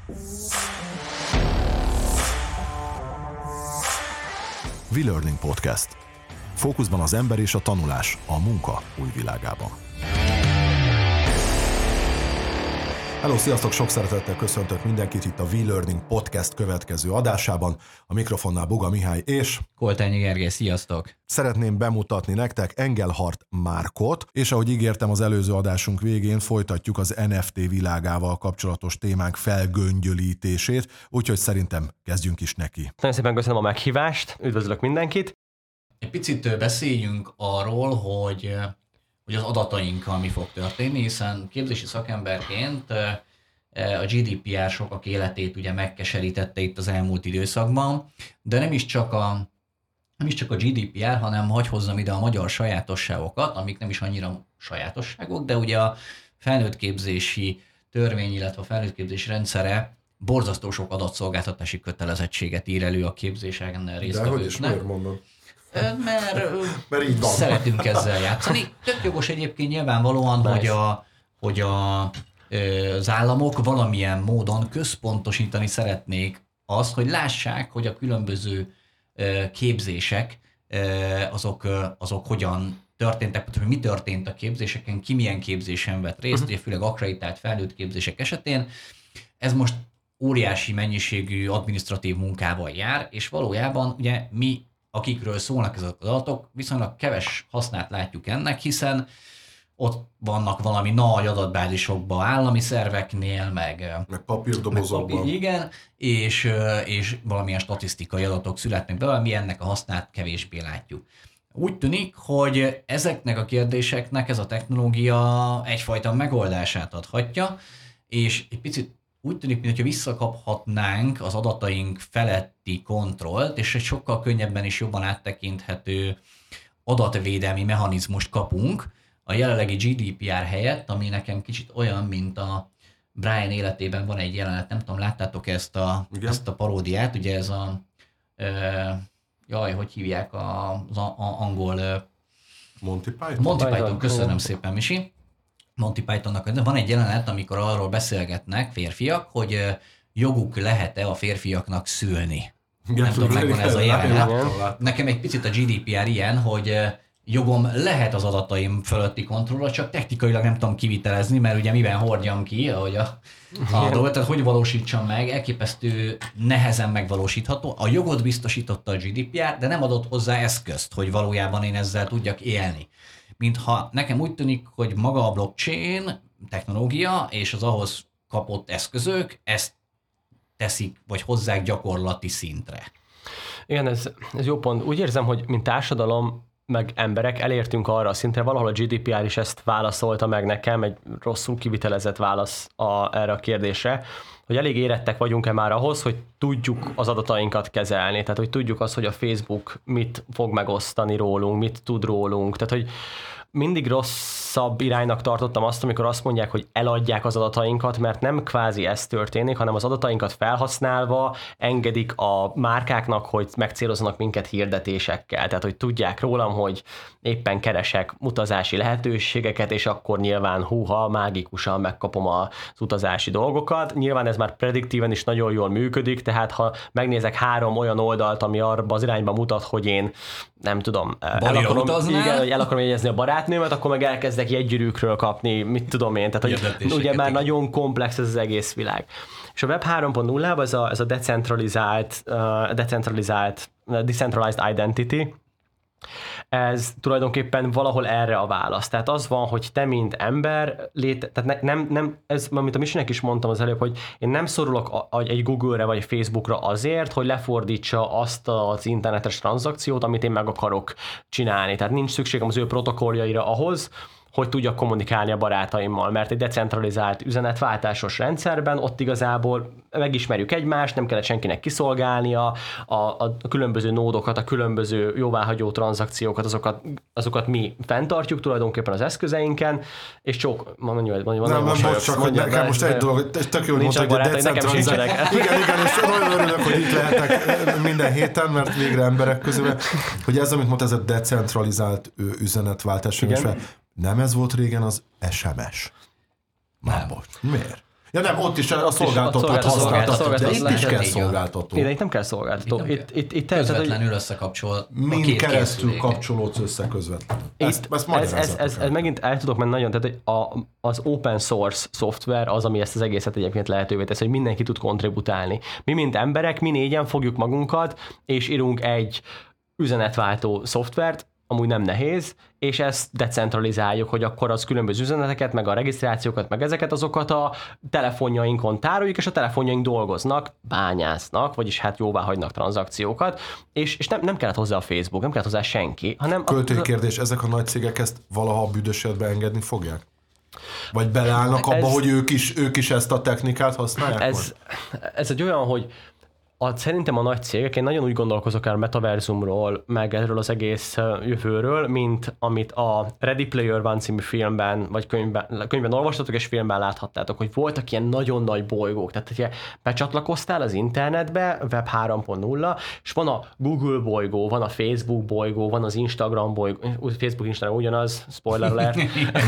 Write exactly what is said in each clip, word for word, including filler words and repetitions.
WeLearning Podcast. Fókuszban az ember és a tanulás a munka új világában. Hello, sziasztok! Sok szeretettel köszöntök mindenkit itt a WeLearning Podcast következő adásában. A mikrofonnál Buga Mihály és Koltányi Gergely, sziasztok! Szeretném bemutatni nektek Engelhardt Márkot, és ahogy ígértem az előző adásunk végén, folytatjuk az en ef té világával kapcsolatos témánk felgöngyölítését, úgyhogy szerintem kezdjünk is neki. Nagyon szépen köszönöm a meghívást, üdvözlök mindenkit! Egy picit beszéljünk arról, hogy, hogy az adatainkkal mi fog történni, hiszen képzési szakemberként a gé dé pé er sokak életét ugye megkeserítette itt az elmúlt időszakban, de nem is csak a, nem is csak a gé dé pé er, hanem hagy hozzam ide a magyar sajátosságokat, amik nem is annyira sajátosságok, de ugye a felnőttképzési törvény, illetve a felnőttképzési rendszere borzasztó sok adatszolgáltatási kötelezettséget ír elő a képzéseken résztvevőknek. De hogy is, miért mondod? Mert, Mert így van. Szeretünk ezzel játszani. Tök jogos egyébként nyilvánvalóan, nice. hogy, a, hogy a, az államok valamilyen módon központosítani szeretnék azt, hogy lássák, hogy a különböző képzések azok, azok hogyan történtek, hogy mi történt a képzéseken, ki milyen képzésen vett részt, uh-huh. ugye főleg akkreditált felnőtt képzések esetén. Ez most óriási mennyiségű adminisztratív munkával jár, és valójában ugye mi, akikről szólnak ezek az adatok, viszonylag keves hasznát látjuk ennek, hiszen ott vannak valami nagy adatbázisokban, állami szerveknél, meg, meg papírdobozokban. Meg papír, igen, és, és valamilyen statisztikai adatok születnek belőle, mi ennek a hasznát kevésbé látjuk. Úgy tűnik, hogy ezeknek a kérdéseknek ez a technológia egyfajta megoldását adhatja, és egy picit úgy tűnik, mintha visszakaphatnánk az adataink feletti kontrollt, és egy sokkal könnyebben és jobban áttekinthető adatvédelmi mechanizmust kapunk a jelenlegi gé dé pé er helyett, ami nekem kicsit olyan, mint a Brian életében van egy jelenet, nem tudom, láttátok ezt a, ezt a paródiát, ugye ez a, e, jaj, hogy hívják a, az a, a angol... Monty Python? Monty Python, köszönöm szépen, Misi. Monty Pythonnak van egy jelenet, amikor arról beszélgetnek férfiak, hogy joguk lehet-e a férfiaknak szülni. Igen, nem tudom, megvan ez a jelenet. Nekem egy picit a gé dé pé er ilyen, hogy jogom lehet az adataim fölötti kontrollra, csak technikailag nem tudom kivitelezni, mert ugye miben hordjam ki, ahogy a, a dolgot, tehát hogy valósítsam meg, elképesztő nehezen megvalósítható. A jogot biztosította a gé dé pé er, de nem adott hozzá eszközt, hogy valójában én ezzel tudjak élni. Mintha nekem úgy tűnik, hogy maga a blockchain technológia és az ahhoz kapott eszközök ezt teszik, vagy hozzák gyakorlati szintre. Igen, ez, ez jó pont. Úgy érzem, hogy mint társadalom, meg emberek elértünk arra a szintre, valahol a gé dé pé er is ezt válaszolta meg nekem, egy rosszul kivitelezett válasz a, erre a kérdésre, hogy elég érettek vagyunk-e már ahhoz, hogy tudjuk az adatainkat kezelni, tehát hogy tudjuk azt, hogy a Facebook mit fog megosztani rólunk, mit tud rólunk, tehát hogy mindig rosszabb iránynak tartottam azt, amikor azt mondják, hogy eladják az adatainkat, mert nem kvázi ez történik, hanem az adatainkat felhasználva engedik a márkáknak, hogy megcélozzanak minket hirdetésekkel. Tehát, hogy tudják rólam, hogy éppen keresek utazási lehetőségeket, és akkor nyilván húha, mágikusan megkapom az utazási dolgokat. Nyilván ez már prediktíven is nagyon jól működik, tehát ha megnézek három olyan oldalt, ami arra az irányba mutat, hogy én nem tudom, el akarom, igen, el akarom jegyezni a barátnőmet, akkor meg elkezdek jegygyűrűkről kapni, mit tudom én, tehát hogy ugye már nagyon komplex ez az egész világ. És a Web három pont nullában ez a, ez a decentralizált, uh, decentralizált, uh, decentralized identity, ez tulajdonképpen valahol erre a válasz. Tehát az van, hogy te, mint ember, lét, tehát ne, nem, nem, ez, amit a Misinek is mondtam az előbb, hogy én nem szorulok a, a, egy Google-re vagy Facebookra azért, hogy lefordítsa azt az internetes tranzakciót, amit én meg akarok csinálni. Tehát nincs szükségem az ő protokolljaira ahhoz, hogy tudjak kommunikálni a barátaimmal, mert egy decentralizált üzenetváltásos rendszerben ott igazából megismerjük egymást, nem kellett senkinek kiszolgálnia, a, a, a különböző nódokat, a különböző jóváhagyó tranzakciókat, azokat, azokat mi fenntartjuk tulajdonképpen az eszközeinken, és csak, mondj, mondj, mondj, nem, nem, most csak, hogy nekem most egy dolog, tök jól mondta, hogy decentralizált. Igen, igen, és nagyon örülök, hogy itt lehetek minden héten, mert végre emberek közül, hogy ez, amit mondta, ez a decentralizált üzenetváltás, nem ez volt régen az es em es. Már most. Miért? Ja nem, ott is a szolgáltatót használtatod, de itt is kell szolgáltató. Ide itt nem kell szolgáltató. Itt, itt, itt közvetlenül összekapcsol. Mind keresztül kapcsolódsz össze közvetlenül. Ezt, ezt ez, ez, ez, ez megint el tudok menni nagyon, tehát a, az open source szoftver az, ami ezt az egészet egyébként lehetővé tesz, hogy mindenki tud kontributálni. Mi, mint emberek, mi négyen fogjuk magunkat, és írunk egy üzenetváltó szoftvert, amúgy nem nehéz, és ezt decentralizáljuk, hogy akkor az különböző üzeneteket, meg a regisztrációkat, meg ezeket azokat a telefonjainkon tároljuk, és a telefonjaink dolgoznak, bányásznak, vagyis hát jóvá hagynak tranzakciókat, és, és nem, nem kellett hozzá a Facebook, nem kellett hozzá senki, hanem... Költői kérdés, ezek a nagy cégek ezt valaha a büdösödbe engedni fogják? Vagy beleállnak abba, ez, hogy ők is, ők is ezt a technikát használják? Ez, ez egy olyan, hogy A, szerintem a nagy cégek, én nagyon úgy gondolkozok el a metaverzumról, meg erről az egész jövőről, mint amit a Ready Player One című filmben, vagy könyvben, könyvben olvastatok, és filmben láthattátok, hogy voltak ilyen nagyon nagy bolygók. Tehát, hogyha becsatlakoztál az internetbe, Web három pont nulla, és van a Google bolygó, van a Facebook bolygó, van az Instagram bolygó, Facebook, Instagram ugyanaz, spoiler alert.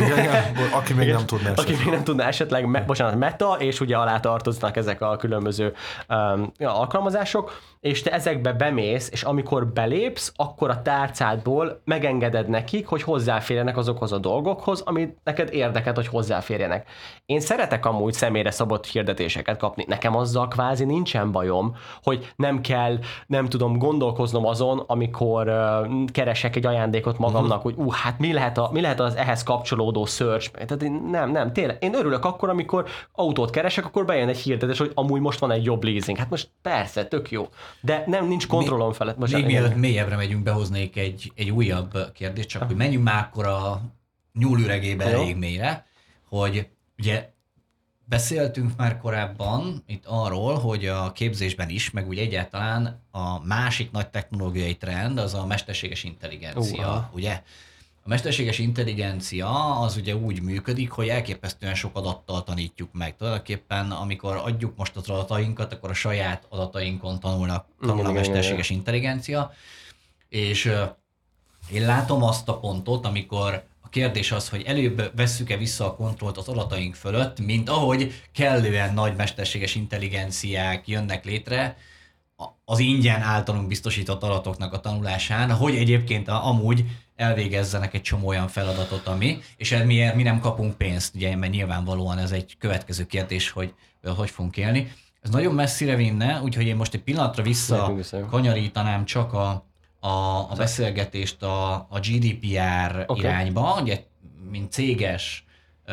Aki még nem tudná Aki még nem tudná esetleg, me, bocsánat, Meta, és ugye alá tartoznak ezek a különböző um, alkalmazások, és te ezekbe bemész, és amikor belépsz, akkor a tárcádból megengeded nekik, hogy hozzáférjenek azokhoz a dolgokhoz, amit neked érdeked, hogy hozzáférjenek. Én szeretek amúgy személyre szabott hirdetéseket kapni. Nekem azzal kvázi nincsen bajom, hogy nem kell, nem tudom, gondolkoznom azon, amikor uh, keresek egy ajándékot magamnak, uh-huh. hogy ú, uh, hát mi lehet, a, mi lehet az ehhez kapcsolódó search. Tehát én, nem, nem, tényleg. Én örülök akkor, amikor autót keresek, akkor bejön egy hirdetés, hogy amúgy most van egy jobb leasing. Hát most persze, tök jó. De nem, nincs kontrollom felett. Most még mielőtt mélyebbre megyünk, behoznék egy, egy újabb kérdést, csak hogy menjünk már akkor a nyúlüregébe elég mélyre, hogy ugye beszéltünk már korábban itt arról, hogy a képzésben is, meg úgy egyáltalán a másik nagy technológiai trend az a mesterséges intelligencia, uh-huh. ugye? A mesterséges intelligencia az ugye úgy működik, hogy elképesztően sok adattal tanítjuk meg. Tulajdonképpen, amikor adjuk most az adatainkat, akkor a saját adatainkon tanulnak, tanul a mesterséges intelligencia. És uh, én látom azt a pontot, amikor a kérdés az, hogy előbb vesszük-e vissza a kontrollt az adataink fölött, mint ahogy kellően nagy mesterséges intelligenciák jönnek létre, az ingyen általunk biztosított adatoknak a tanulásán, hogy egyébként amúgy elvégezzenek egy csomó olyan feladatot, ami, és miért mi nem kapunk pénzt, ugye, mert nyilvánvalóan ez egy következő kérdés, hogy hogy fogunk élni. Ez nagyon messzire vinne, úgyhogy én most egy pillanatra vissza kanyarítanám csak a, a, a beszélgetést a, a gé dé pé er okay. irányba, ugye, mint céges uh,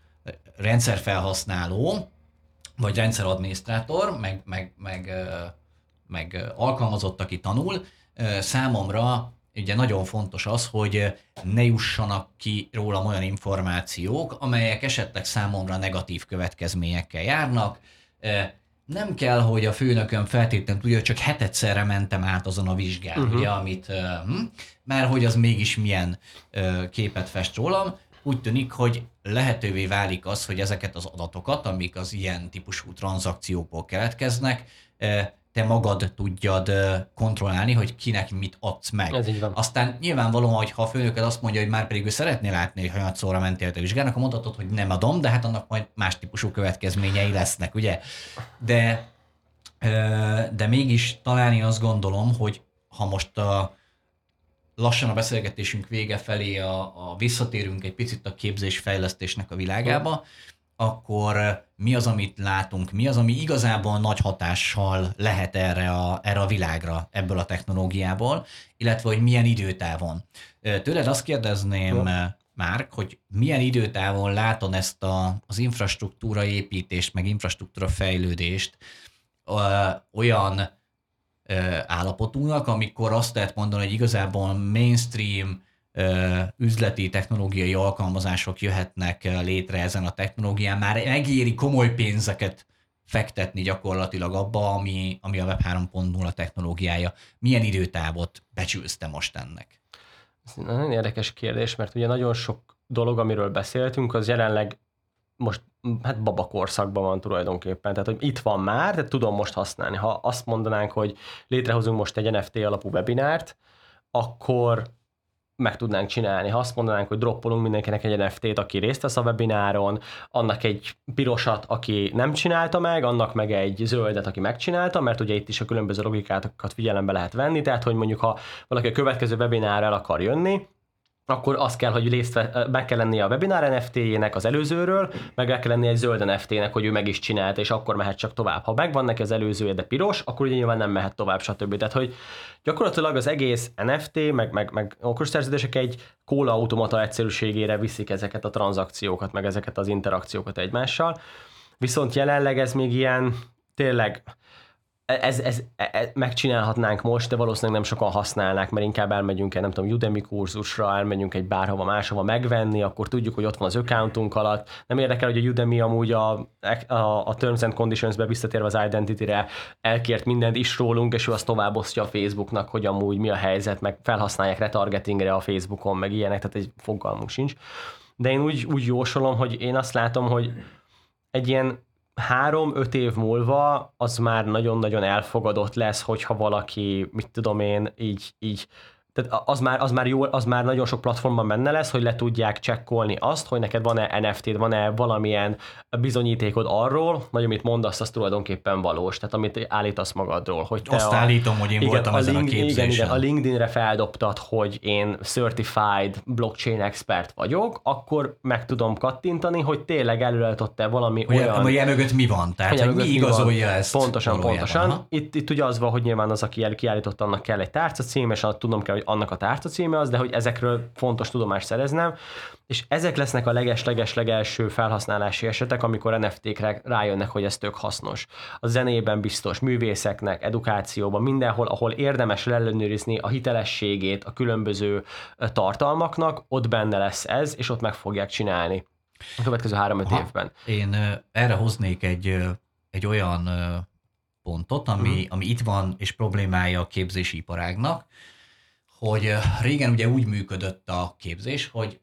rendszerfelhasználó, vagy rendszeradminisztrátor, meg, meg, meg uh, meg alkalmazott, aki tanul, számomra ugye nagyon fontos az, hogy ne jussanak ki rólam olyan információk, amelyek esetleg számomra negatív következményekkel járnak. Nem kell, hogy a főnököm feltétlenül tudja, hogy csak hetedszerre mentem át azon a vizsgán, uh-huh. ugye, amit, mert hogy az mégis milyen képet fest rólam. Úgy tűnik, hogy lehetővé válik az, hogy ezeket az adatokat, amik az ilyen típusú tranzakciókból keletkeznek, te magad tudjad kontrollálni, hogy kinek mit adsz meg. Ez így van. Aztán nyilvánvalóan, hogy ha a főnöked azt mondja, hogy már pedig ő szeretné látni, hogy hanyatszorra mentél a vizsgának, akkor mondhatod, hogy nem adom, de hát annak majd más típusú következményei lesznek, ugye? De, de mégis talán én azt gondolom, hogy ha most a, lassan a beszélgetésünk vége felé a, a visszatérünk egy picit a képzésfejlesztésnek a világába, akkor mi az, amit látunk, mi az, ami igazából nagy hatással lehet erre a, erre a világra, ebből a technológiából, illetve hogy milyen időtávon. Tőled azt kérdezném, Márk, hogy milyen időtávon látod ezt a, az infrastruktúra építést, meg infrastruktúra fejlődést ö, olyan ö, állapotunknak, amikor azt lehet mondani, hogy igazából mainstream üzleti technológiai alkalmazások jöhetnek létre ezen a technológián, már megéri komoly pénzeket fektetni gyakorlatilag abba, ami, ami a Web három pont nulla technológiája. Milyen időtávot becsülsz te most ennek? Ez nagyon érdekes kérdés, mert ugye nagyon sok dolog, amiről beszéltünk, az jelenleg most hát babakorszakban van tulajdonképpen. Tehát, hogy itt van már, de tudom most használni. Ha azt mondanánk, hogy létrehozunk most egy en ef té alapú webinárt, akkor meg tudnánk csinálni. Ha azt mondanánk, hogy droppolunk mindenkinek egy en ef té-t, aki részt vesz a webináron, annak egy pirosat, aki nem csinálta meg, annak meg egy zöldet, aki megcsinálta, mert ugye itt is a különböző logikákat figyelembe lehet venni, tehát hogy mondjuk ha valaki a következő webinárra el akar jönni, akkor az kell, hogy részt ve, meg kell lennie a webinár en ef té-jének az előzőről, meg kell lennie egy zöld en ef té-nek, hogy ő meg is csinálta, és akkor mehet csak tovább. Ha megvan neki az előzője, de piros, akkor ugye nyilván nem mehet tovább, stb. Tehát, hogy gyakorlatilag az egész en ef té, meg, meg, meg okos szerződések egy kóla automata egyszerűségére viszik ezeket a tranzakciókat, meg ezeket az interakciókat egymással. Viszont jelenleg ez még ilyen, tényleg, Ez, ez, ez, megcsinálhatnánk most, de valószínűleg nem sokan használnák, mert inkább elmegyünk egy, nem tudom, Udemy kurzusra, elmegyünk egy bárhova máshova megvenni, akkor tudjuk, hogy ott van az accountunk alatt. Nem érdekel, hogy a Udemy amúgy a, a, a Terms and Conditions-be visszatérve az Identity-re elkért mindent is rólunk, és ő azt továbbosztja a Facebooknak, hogy amúgy mi a helyzet, meg felhasználják retargetingre a Facebookon, meg ilyenek, tehát egy fogalmunk sincs. De én úgy, úgy jósolom, hogy én azt látom, hogy egy ilyen három-öt év múlva az már nagyon-nagyon elfogadott lesz, hogyha valaki, mit tudom én, így, így tehát az már, az, már jó, az már nagyon sok platformban benne lesz, hogy le tudják csekkolni azt, hogy neked van-e en ef té-d, van-e valamilyen bizonyítékod arról, vagy amit mondasz, az tulajdonképpen valós, tehát amit állítasz magadról. Hogy te azt a, állítom, hogy én igen, voltam a ezen link, a képzésen. Igen, igen, a LinkedInre feldobtad, hogy én certified blockchain expert vagyok, akkor meg tudom kattintani, hogy tényleg előállított-e valami hogy olyan... Hogy mögött mi van, tehát hogy mi igazolja ezt. Pontosan, pontosan. Itt, itt ugye az van, hogy nyilván az, aki kiállított, annak kell egy tárcacím, és tudnom kell, hogy annak a tárcacíme az, de hogy ezekről fontos tudomást szereznem, és ezek lesznek a leges-leges-legelső felhasználási esetek, amikor en ef té-kre rájönnek, hogy ez tök hasznos. A zenében biztos, művészeknek, edukációban, mindenhol, ahol érdemes ellenőrizni a hitelességét a különböző tartalmaknak, ott benne lesz ez, és ott meg fogják csinálni a következő három-öt évben. Én erre hoznék egy, egy olyan pontot, ami, mm. ami itt van, és problémája a képzési iparágnak, hogy régen ugye úgy működött a képzés, hogy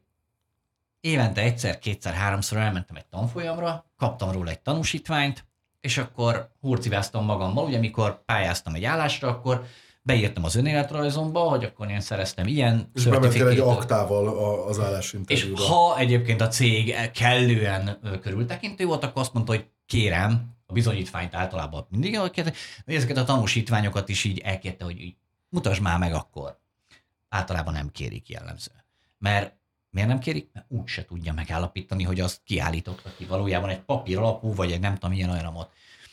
évente egyszer, kétszer, háromszor elmentem egy tanfolyamra, kaptam róla egy tanúsítványt, és akkor hurciváztam magammal, ugye mikor pályáztam egy állásra, akkor beírtam az önéletrajzomba, hogy akkor én szereztem ilyen és bementél egy aktával az állásinterjúra. És ha egyébként a cég kellően körültekintő volt, akkor azt mondta, hogy kérem, a bizonyítványt általában mindig, hogy ezeket a tanúsítványokat is így elkérte, hogy így mutasd már meg akkor. Általában nem kérik jellemző. Mert miért nem kérik? Mert úgy se tudja megállapítani, hogy azt kiállította ki valójában egy papír alapú, vagy egy nem tudom, milyen olyanamot.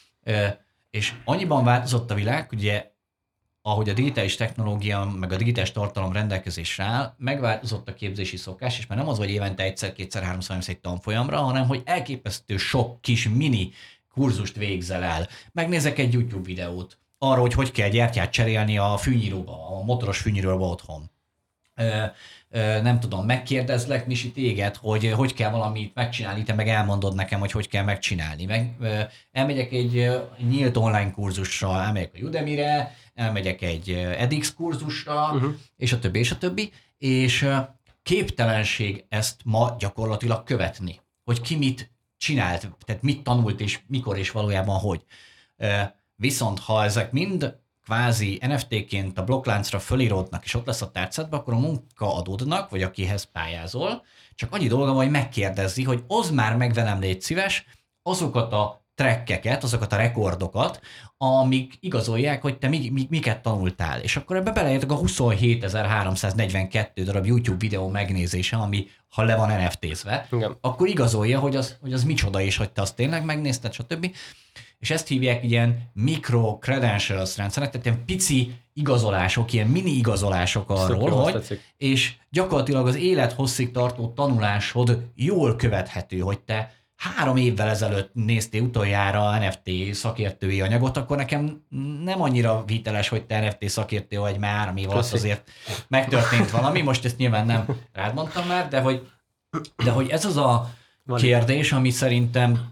És annyiban változott a világ, ugye, ahogy a digitális technológia, meg a digitális tartalom rendelkezésre áll, megváltozott a képzési szokás, és már nem az, hogy évente egyszer, kétszer, háromszor mész egy tanfolyamra, hanem hogy elképesztő sok kis mini kurzust végzel el. Megnézek egy YouTube videót arról, hogy hogy kell gyertyát cserélni a fűnyíróba, a motoros fűnyíróba otthon. Ö, ö, nem tudom, megkérdezlek, Misi, téged, hogy hogy kell valamit megcsinálni, te meg elmondod nekem, hogy hogy kell megcsinálni. Meg, ö, elmegyek egy ö, nyílt online kurzusra, elmegyek a Udemy-re, elmegyek egy edX kurzusra, uh-huh. és a többi, és a többi, és ö, képtelenség ezt ma gyakorlatilag követni, hogy ki mit csinált, tehát mit tanult, és mikor, és valójában hogy. Ö, viszont ha ezek mind kvázi en ef té-ként a blokkláncra fölíródnak, és ott lesz a tárcádban, akkor a munkaadódnak, vagy akihez pályázol, csak annyi dolga van, hogy megkérdezi, hogy oszd már meg velem, légy szíves, azokat a trekkeket, azokat a rekordokat, amik igazolják, hogy te mi, mi, miket tanultál. És akkor ebbe beleértek a huszonhétezer-háromszáznegyvenkettő darab YouTube videó megnézése, ami ha le van en ef té-zve, igen. akkor igazolja, hogy az, hogy az micsoda, és hogy te azt tényleg megnézted, stb. És ezt hívják ilyen micro-credentials rendszernek, tehát ilyen pici igazolások, ilyen mini igazolások arról, hogy, és gyakorlatilag az élethosszig tartó tanulásod jól követhető, hogy te három évvel ezelőtt néztél utoljára en ef té szakértői anyagot, akkor nekem nem annyira hiteles, hogy te en ef té szakértő vagy, már három év alatt azért megtörtént valami, most ezt nyilván nem rád mondtam már, de hogy, de hogy ez az a kérdés, ami szerintem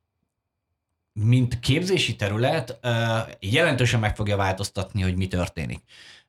mint képzési terület jelentősen meg fogja változtatni, hogy mi történik.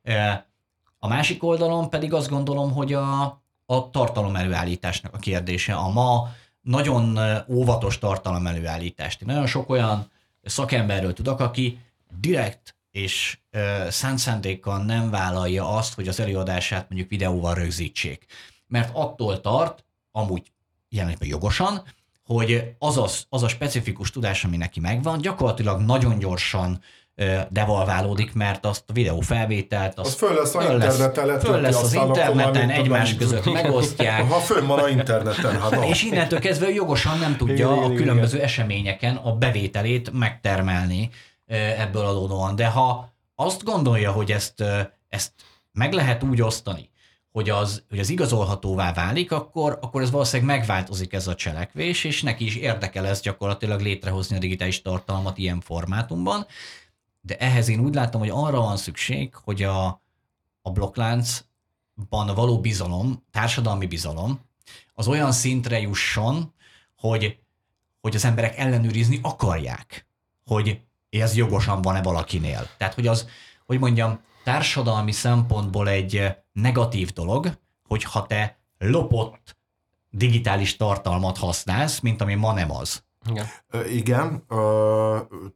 A másik oldalon pedig azt gondolom, hogy a, a tartalom előállításnak a kérdése. A ma nagyon óvatos tartalom előállítást. Nagyon sok olyan szakemberről tudok, aki direkt és uh, szánt szándékkal nem vállalja azt, hogy az előadását mondjuk videóval rögzítsék. Mert attól tart, amúgy jelenleg jogosan, hogy az a, az a specifikus tudás, ami neki megvan, gyakorlatilag nagyon gyorsan uh, devalválódik, mert azt a videófelvételt, azt az föl lesz, föl lesz, interneten, föl lesz az interneten, egymás között megosztják. Ha fönn van a interneten, hát és innentől kezdve jogosan nem tudja igen, a különböző igen. eseményeken a bevételét megtermelni ebből adódóan. De ha azt gondolja, hogy ezt, ezt meg lehet úgy osztani, hogy az, hogy az igazolhatóvá válik, akkor, akkor ez valószínűleg megváltozik ez a cselekvés, és neki is érdekel ez gyakorlatilag létrehozni a digitális tartalmat ilyen formátumban. De ehhez én úgy látom, hogy arra van szükség, hogy a, a blokkláncban való bizalom, társadalmi bizalom, az olyan szintre jusson, hogy, hogy az emberek ellenőrizni akarják, hogy ez jogosan van-e valakinél. Tehát, hogy az, hogy mondjam, társadalmi szempontból egy negatív dolog, hogyha te lopott digitális tartalmat használsz, mint ami ma nem az. Igen. Ö, igen, ö,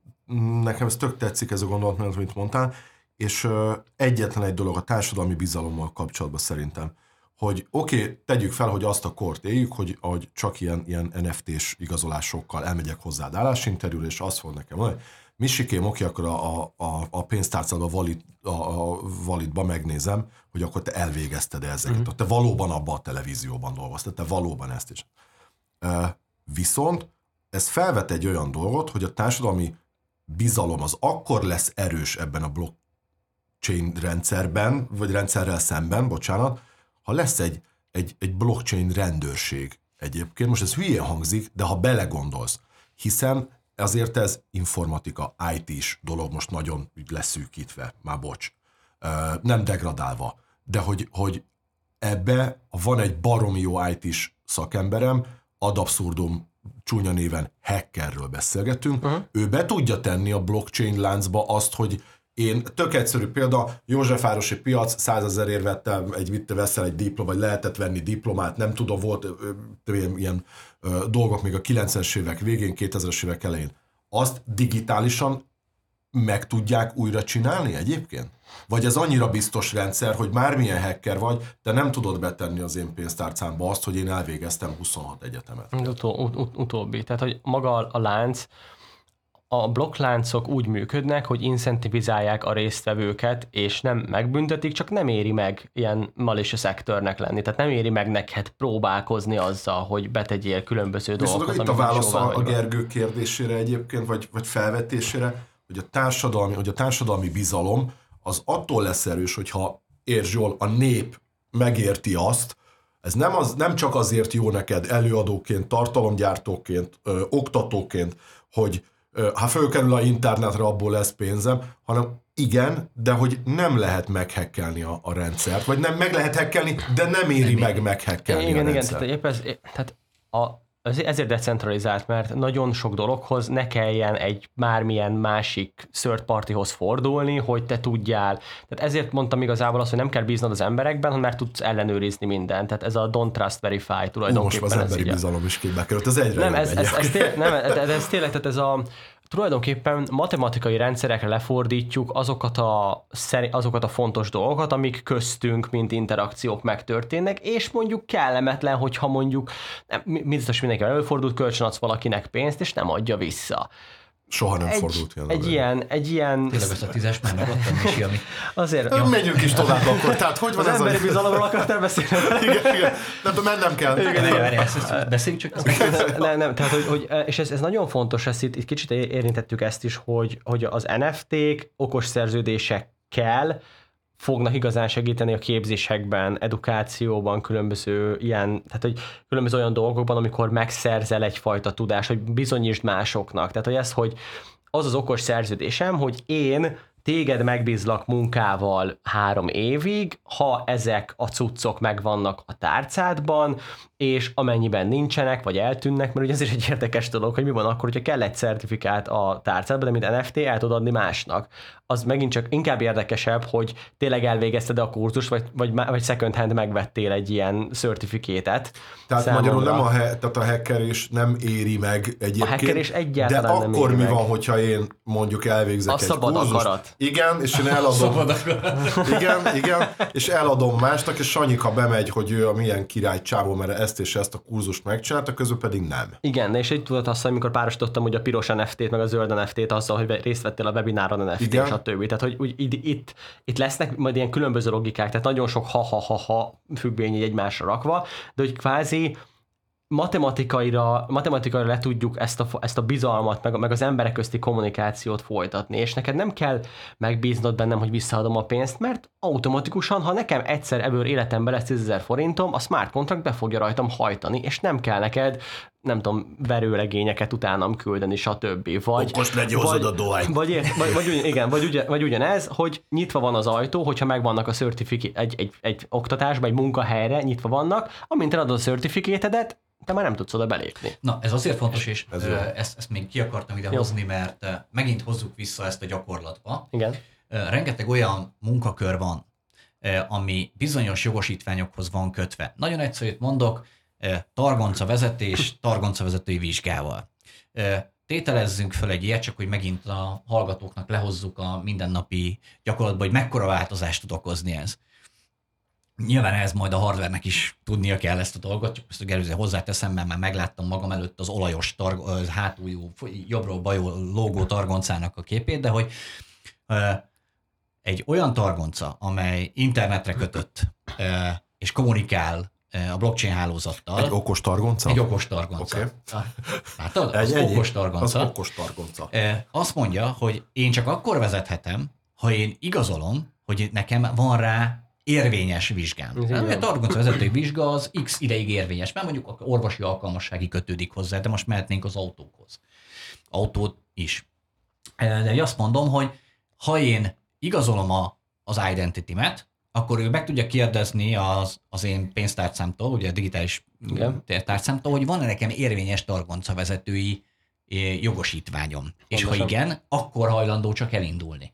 nekem ez tök tetszik ez a gondolat, amit mondtál, és ö, egyetlen egy dolog a társadalmi bizalommal kapcsolatban szerintem, hogy oké, okay, tegyük fel, hogy azt a kort éljük, hogy, hogy csak ilyen, ilyen en ef té-s igazolásokkal elmegyek hozzád állásinterjúra, és azt fog nekem mondani, Misikém, oké, akkor a, a, a pénztárcádban valid, a, a validba megnézem, hogy akkor te elvégezted ezeket, uh-huh. te valóban abban a televízióban dolgoztad, te valóban ezt is. Uh, viszont ez felvet egy olyan dolgot, hogy a társadalmi bizalom az akkor lesz erős ebben a blockchain rendszerben, vagy rendszerrel szemben, bocsánat, ha lesz egy, egy, egy blockchain rendőrség egyébként. Most ez hülyén hangzik, de ha belegondolsz, hiszen azért ez informatika, í té-s dolog, most nagyon leszűkítve, már bocs, nem degradálva, de hogy, hogy ebbe van egy baromi jó í té-s szakemberem, ad abszurdum csúnya néven hackerről beszélgetünk, uh-huh. ő be tudja tenni a blockchain láncba azt, hogy én, tök egyszerű példa, Józsefvárosi piac, százezerért vettem, egy vitte veszel egy diplomát, vagy lehetett venni diplomát, nem tudom, volt ö, ö, ilyen ö, dolgok még a kilencvenes évek végén, kétezres évek elején. Azt digitálisan meg tudják újra csinálni egyébként? Vagy ez annyira biztos rendszer, hogy bármilyen hacker vagy, de nem tudod betenni az én pénztárcámba azt, hogy én elvégeztem huszonhat egyetemet. Utó, ut, ut, utóbbi. Tehát, hogy maga a lánc, a blokkláncok úgy működnek, hogy incentivizálják a résztvevőket, és nem megbüntetik, csak nem éri meg ilyen malicious actornek lenni. Tehát nem éri meg neked próbálkozni azzal, hogy betegyél különböző dolgokat. Viszont itt a válasz a Gergő kérdésére egyébként, vagy, vagy felvetésére, hogy a, társadalmi, hogy a társadalmi bizalom az attól lesz erős, hogyha értsd jól, a nép megérti azt, ez nem, az, nem csak azért jó neked előadóként, tartalomgyártóként, ö, oktatóként, hogy ha fölkerül a internetre, abból lesz pénzem, hanem igen, de hogy nem lehet meghekkelni a, a rendszert, vagy nem meg lehet hekkelni, de nem éri nem meg meghekkelni igen, a rendszert. Igen, igen, tehát, tehát a, ezért decentralizált, mert nagyon sok dologhoz ne kelljen egy bármilyen másik third partyhoz fordulni, hogy te tudjál. Tehát ezért mondtam igazából azt, hogy nem kell bíznod az emberekben, hanem már tudsz ellenőrizni mindent. Tehát ez a don't trust verify tulajdonképpen. Most az emberi bizalom is képbe került, ez egyre nem, ez, ez, ez, tényleg, nem, ez, ez tényleg, tehát ez a tulajdonképpen matematikai rendszerekre lefordítjuk azokat a, azokat a fontos dolgokat, amik köztünk, mint interakciók megtörténnek, és mondjuk kellemetlen, hogyha mondjuk biztos mindenki előfordult, kölcsönadsz valakinek pénzt, és nem adja vissza. Soha nem egy, fordult ilyen. Egy ilyen, egy ilyen... Tényleg ezt a tízes már megadtam is, ami... Azért... Ja. Menjünk is tovább akkor, tehát hogy van az ez emberi a... bizalomról akartál beszélni? igen, igen, nem, mennem kell. Igen, igen, igen, ezt beszéljünk csak. nem, nem, tehát, hogy, hogy, és ez, ez nagyon fontos, ezt itt, itt kicsit érintettük ezt is, hogy, hogy az en ef té-k okos szerződésekkel fognak igazán segíteni a képzésekben, edukációban, különböző ilyen, tehát hogy különböző olyan dolgokban, amikor megszerzel egyfajta tudást, hogy bizonyítsd másoknak. Tehát, hogy ez, hogy az az okos szerződésem, hogy én téged megbízlak munkával három évig, ha ezek a cuccok megvannak a tárcádban, és amennyiben nincsenek, vagy eltűnnek, mert ugye ez is egy érdekes dolog, hogy mi van akkor, hogyha kell egy certifikát a tárcádban, de mint en ef té el tudod adni másnak. Az megint csak inkább érdekesebb, hogy tényleg elvégezted a kurzust, vagy, vagy, vagy second hand megvettél egy ilyen certifikétet. Tehát számomra. magyarul nem a, he, tehát a hackerés nem éri meg egyébként. A hackerés egyáltalán de nem akkor éri mi meg. van, hogyha én mondjuk elvégzek A egy szabad kurzust. akarat. Igen, és én eladom. Szabad akarat. Igen, igen, és eladom másnak, és Sanyika bemegy, hogy ő a milyen király csávó, mert ezt és ezt a kurzust megcsinálta, közül pedig nem. Igen, és így tudod azt, amikor párosítottam ugye a piros en ef té-t, meg a zöld en ef té-t azzal, hogy részt vettél a webináron en ef té, Igen. stb. Tehát, hogy úgy, itt, itt, itt lesznek majd ilyen különböző logikák, tehát nagyon sok ha-ha-ha-ha függvény így egymásra rakva, de hogy kvázi matematikaira, matematikaira le tudjuk ezt a, ezt a bizalmat, meg, meg az emberek közti kommunikációt folytatni, és neked nem kell megbíznod bennem, hogy visszaadom a pénzt, mert automatikusan, ha nekem egyszer ebből életemben lesz tízezer forintom, a smart contract be fogja rajtam hajtani, és nem kell neked, nem tudom, verőlegényeket utánam küldeni, stb. Vagy, Okos legyózod a dohányt. Vagy, ért, vagy, vagy, igen, vagy, ugyan, vagy ugyanez, hogy nyitva van az ajtó, hogyha megvannak a certificate, egy, egy, egy oktatásba, egy munkahelyre nyitva vannak, amint eladod a certificate-edet, te már nem tudsz oda belépni. Na, ez azért fontos, és Ez ö, ezt, ezt még ki akartam ide Jó. hozni, mert ö, megint hozzuk vissza ezt a gyakorlatba. Igen. Ö, rengeteg olyan munkakör van, ö, ami bizonyos jogosítványokhoz van kötve. Nagyon egyszerűt mondok, ö, targonca vezetés, targonca vezetői vizsgával. Ö, tételezzünk föl egy ilyet, csak hogy megint a hallgatóknak lehozzuk a mindennapi gyakorlatba, hogy mekkora változást tud okozni ez. Nyilván ez majd a hardvernek is tudnia kell ezt a dolgot, csak ezt a Gerőző hozzáteszem, mert már megláttam magam előtt az olajos targ- hátuljú, jobbról balról lógó targoncának a képét, de hogy uh, egy olyan targonca, amely internetre kötött uh, és kommunikál uh, a blockchain hálózattal. Egy okos targonca? Egy okos targonca. Oké. Látod? Az Egy, okos egy, targonca. Az okos targonca. Uh, azt mondja, hogy én csak akkor vezethetem, ha én igazolom, hogy nekem van rá érvényes vizsgám. A targonca vezetői vizsga az X ideig érvényes, mert mondjuk a orvosi alkalmassági kötődik hozzá, de most mehetnénk az autókhoz. Autót is. De azt mondom, hogy ha én igazolom a, az identity-met, akkor ő meg tudja kérdezni az, az én pénztárcámtól, ugye a digitális Igen. tárcámtól, hogy van-e nekem érvényes targonca vezetői jogosítványom. Pontosan. És ha igen, akkor hajlandó csak elindulni.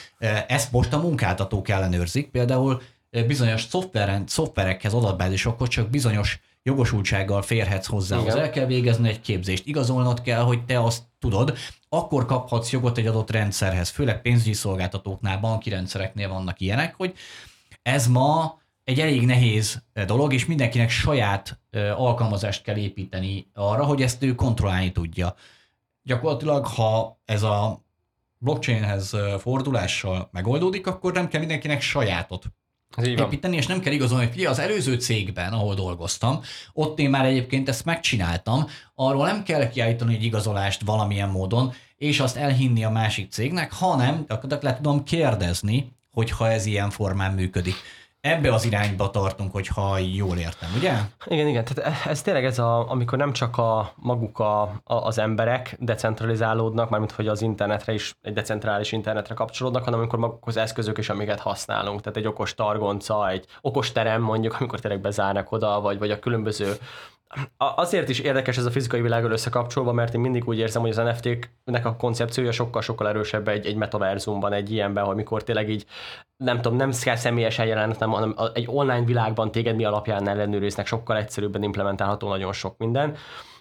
Ezt most a munkáltatók ellenőrzik, például bizonyos szoftveren, szoftverekhez, adatbázisokhoz csak bizonyos jogosultsággal férhetsz hozzá. Az el kell végezni egy képzést, igazolnod kell, hogy te azt tudod, akkor kaphatsz jogot egy adott rendszerhez, főleg pénzügyi szolgáltatóknál, banki rendszereknél vannak ilyenek, hogy ez ma egy elég nehéz dolog, és mindenkinek saját alkalmazást kell építeni arra, hogy ezt ő kontrollálni tudja. Gyakorlatilag, ha ez a blockchainhez fordulással megoldódik, akkor nem kell mindenkinek sajátot építeni, és nem kell igazolni, hogy az előző cégben, ahol dolgoztam, ott én már egyébként ezt megcsináltam, arról nem kell kiállítani egy igazolást valamilyen módon, és azt elhinni a másik cégnek, hanem akkor le tudom kérdezni, hogyha ez ilyen formán működik. Ebbe az irányba tartunk, hogyha jól értem, ugye? Igen, igen. Tehát ez tényleg ez, a, amikor nem csak a maguk a, a, az emberek decentralizálódnak, mármint hogy az internetre is, egy decentrális internetre kapcsolódnak, hanem amikor maguk az eszközök is, amiket használunk. Tehát egy okos targonca, egy okos terem mondjuk, amikor tényleg bezárnak oda, vagy, vagy a különböző. Azért is érdekes ez a fizikai világgal összekapcsolva, mert én mindig úgy érzem, hogy az en ef té-nek a koncepciója sokkal-sokkal erősebb egy, egy metaverzumban, egy ilyenben, hogy mikor tényleg így, nem tudom, nem kell személyesen jelenetnem, hanem egy online világban téged mi alapján ellenőriznek, sokkal egyszerűbben implementálható nagyon sok minden.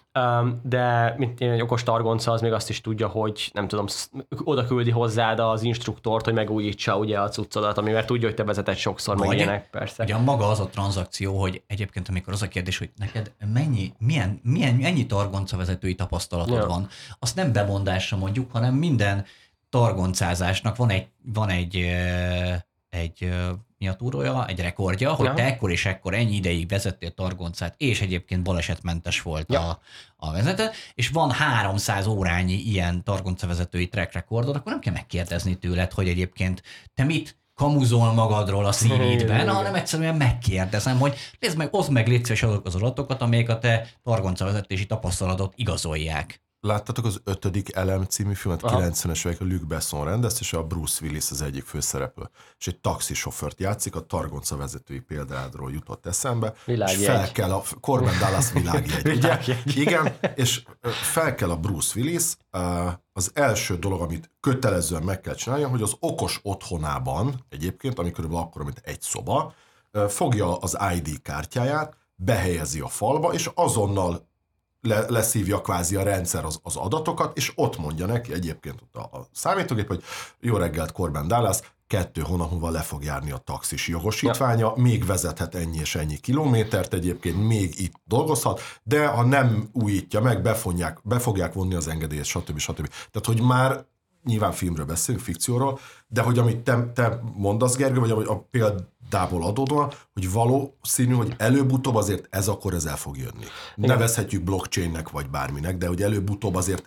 De mint egy okos targonca az még azt is tudja, hogy nem tudom, oda küldi hozzád az instruktort, hogy megújítsa ugye a cuccodat, amivel tudja, hogy te vezeted sokszor, meg ilyenek, persze. Ugye maga az a tranzakció, hogy egyébként amikor az a kérdés, hogy neked mennyi, milyen, milyen, ennyi targonca vezetői tapasztalatod ja. van, azt nem bemondásra mondjuk, hanem minden targoncázásnak van egy, van egy, egy mi a túrója, egy rekordja, hogy ja. te ekkor és ekkor ennyi ideig vezettél targoncát, és egyébként balesetmentes volt ja. a, a vezető, és van háromszáz órányi ilyen targoncavezetői track rekordod, akkor nem kell megkérdezni tőled, hogy egyébként te mit kamuzol magadról a szívidben, hanem egyszerűen megkérdezem, hogy nézd meg, oszd meg légy szíves azok az adatokat, amelyek a te targoncavezetési tapasztalatod igazolják. láttatok az Ötödik elem című filmet? Aha. kilencvenes évek, a Luc Besson rendezt, és a Bruce Willis az egyik főszereplő. És egy taxisofőrt játszik, a Targonca vezetői példádról jutott eszembe. Világjegy. És fel kell a Corbin Dallas világjegy. ugye? Világjegy. Igen, és fel kell a Bruce Willis, az első dolog, amit kötelezően meg kell csinálnia, hogy az okos otthonában, egyébként, ami körülbelül akkor, mint egy szoba, fogja az i dé kártyáját, behelyezi a falba, és azonnal le, leszívja kvázi a rendszer az, az adatokat, és ott mondja neki egyébként ott a, a számítógép, hogy jó reggelt, Corbin Dallas, kettő hónap múlva le fog járni a taxis jogosítványa, ja. még vezethet ennyi és ennyi kilométert, egyébként még itt dolgozhat, de ha nem újítja meg, befonják, be fogják vonni az engedélyt, stb. stb. Tehát, hogy már nyilván filmről beszélünk, fikcióról, de hogy amit te, te mondasz, Gergő, vagy a példából adódóan, hogy valószínű, hogy előbb-utóbb azért ez akkor ez el fog jönni. Igen. Nevezhetjük blockchainnek, vagy bárminek, de hogy előbb-utóbb azért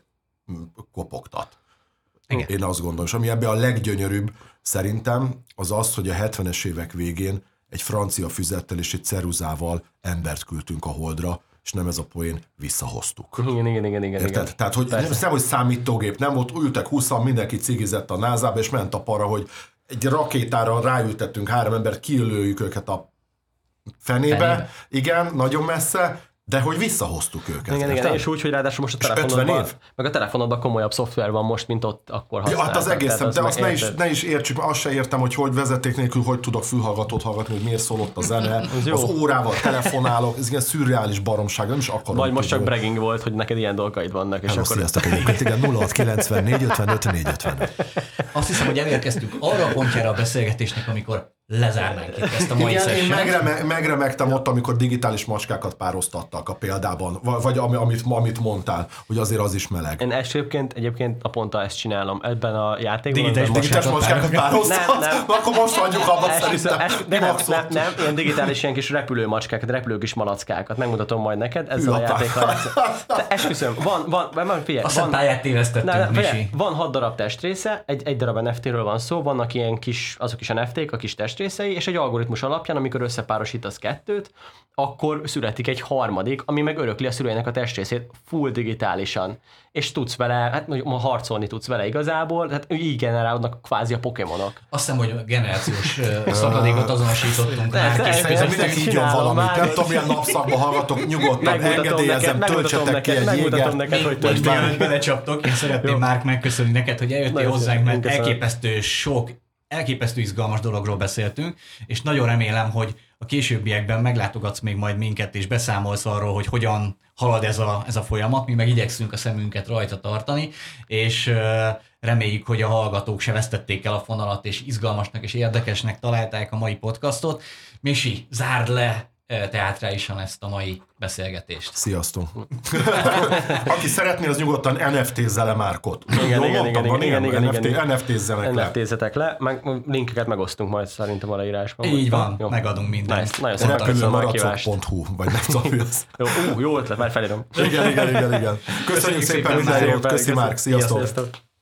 kopogtat. Igen. Én azt gondolom, és ami ebben a leggyönyörűbb szerintem, az az, hogy a hetvenes évek végén egy francia füzettel és egy ceruzával embert küldtünk a Holdra, és nem ez a poén, visszahoztuk. Igen, igen, igen, igen. Érted? igen. Tehát, hogy nem, nem, hogy számítógép, nem volt, ültek húszan, mindenki cigizett a názába, és ment a para, hogy egy rakétára ráültettünk három embert, kilőjük őket a fenébe. fenébe. Igen, nagyon messze, de hogy visszahoztuk őket. Igen, igen, és úgy, hogy ráadásul most a telefonodban, meg a telefonodban komolyabb szoftver van most, mint ott akkor használtak. Ja, hát az egészen, de azt ne is, érted. ne is értsük, azt se értem, hogy hogy vezeték nélkül, hogy tudok fülhallgatót hallgatni, hogy miért szólott a zene, az órával telefonálok, ez ilyen szürreális baromság, nem is akarom. Vagy most csak bragging volt, hogy neked ilyen dolgaid vannak. És Hello, akkor... sziasztok egyébként, igen, nulla hat kilencvennégy ötvenöt négyszázötvenöt. Azt hiszem, hogy elérkeztünk arra a pontjára a beszélgetésnek, amikor lezárnánk itt ezt a mai Igen, sessiont. én megreme, megremegtem ott, amikor digitális macskákat pároztattak a példában, vagy amit, amit mondtál, hogy azért az is meleg. Én egyébként, egyébként a ponttal ezt csinálom. Ebben a játékban... Digitális, digitális macskákat pároztat? Nem, nem. Akkor most hagyjuk abba szerintem. Nem, nem, nem, nem, ilyen digitális ilyen kis repülő macskákat, repülő kis malackákat. Megmutatom majd neked ezzel a játékkal. De esküszöm, van, van, van, figyelj. Azt a pályát tévesztettünk, Misi. Van hat darab testrésze, egy, egy darab en ef té-ről van szó, vannak ilyen kis, azok is en ef té-k, a kis testrészei, és egy algoritmus alapján, amikor összepárosítasz kettőt, akkor születik egy harmadik, ami meg örökli a szülőjének a testrészét full digitálisan. És tudsz vele, hát ma harcolni tudsz vele igazából, tehát így generálódnak kvázi a Pokémonok. Azt hiszem, hogy generációs szakadékot azonosítottunk már. Szerintem mindenki így jön valamit, nem tudom, milyen napszakban hallgatok, nyugodtan, engedélyezem, töltsetek ki egy jéget. Neked, hogy most mielőtt belecsaptok, én szeretném Márk megköszönni neked, hogy eljöttél hozzánk, mert elképesztő sok, elképesztő izgalmas dologról beszéltünk, és nagyon remélem, hogy a későbbiekben meglátogatsz még majd minket, és beszámolsz arról, hogy hogyan halad ez a, ez a folyamat. Mi meg igyekszünk a szemünket rajta tartani, és reméljük, hogy a hallgatók se vesztették el a fonalat, és izgalmasnak és érdekesnek találták a mai podcastot. Misi, zárd le teátrálisan ezt a mai beszélgetést. Sziasztok! Aki szeretné, az nyugodtan en ef té-zzel le Márkot. Igen, igen, igen, igen, igen, igen, en ef té, en ef té-zzenek en le. ef té-zetek le, meg linkeket megosztunk majd szerintem a leírásban. Így van, jó. Megadunk mindent. Nice, nagyon szépen köszönöm a meghívást. pont hu, vagy nem tudom, az. Jó, ú, jó ötlet, már felírom. Igen, igen, igen, igen. Köszönjük szépen minden jót, köszi Márk, sziasztok! Sziasztok.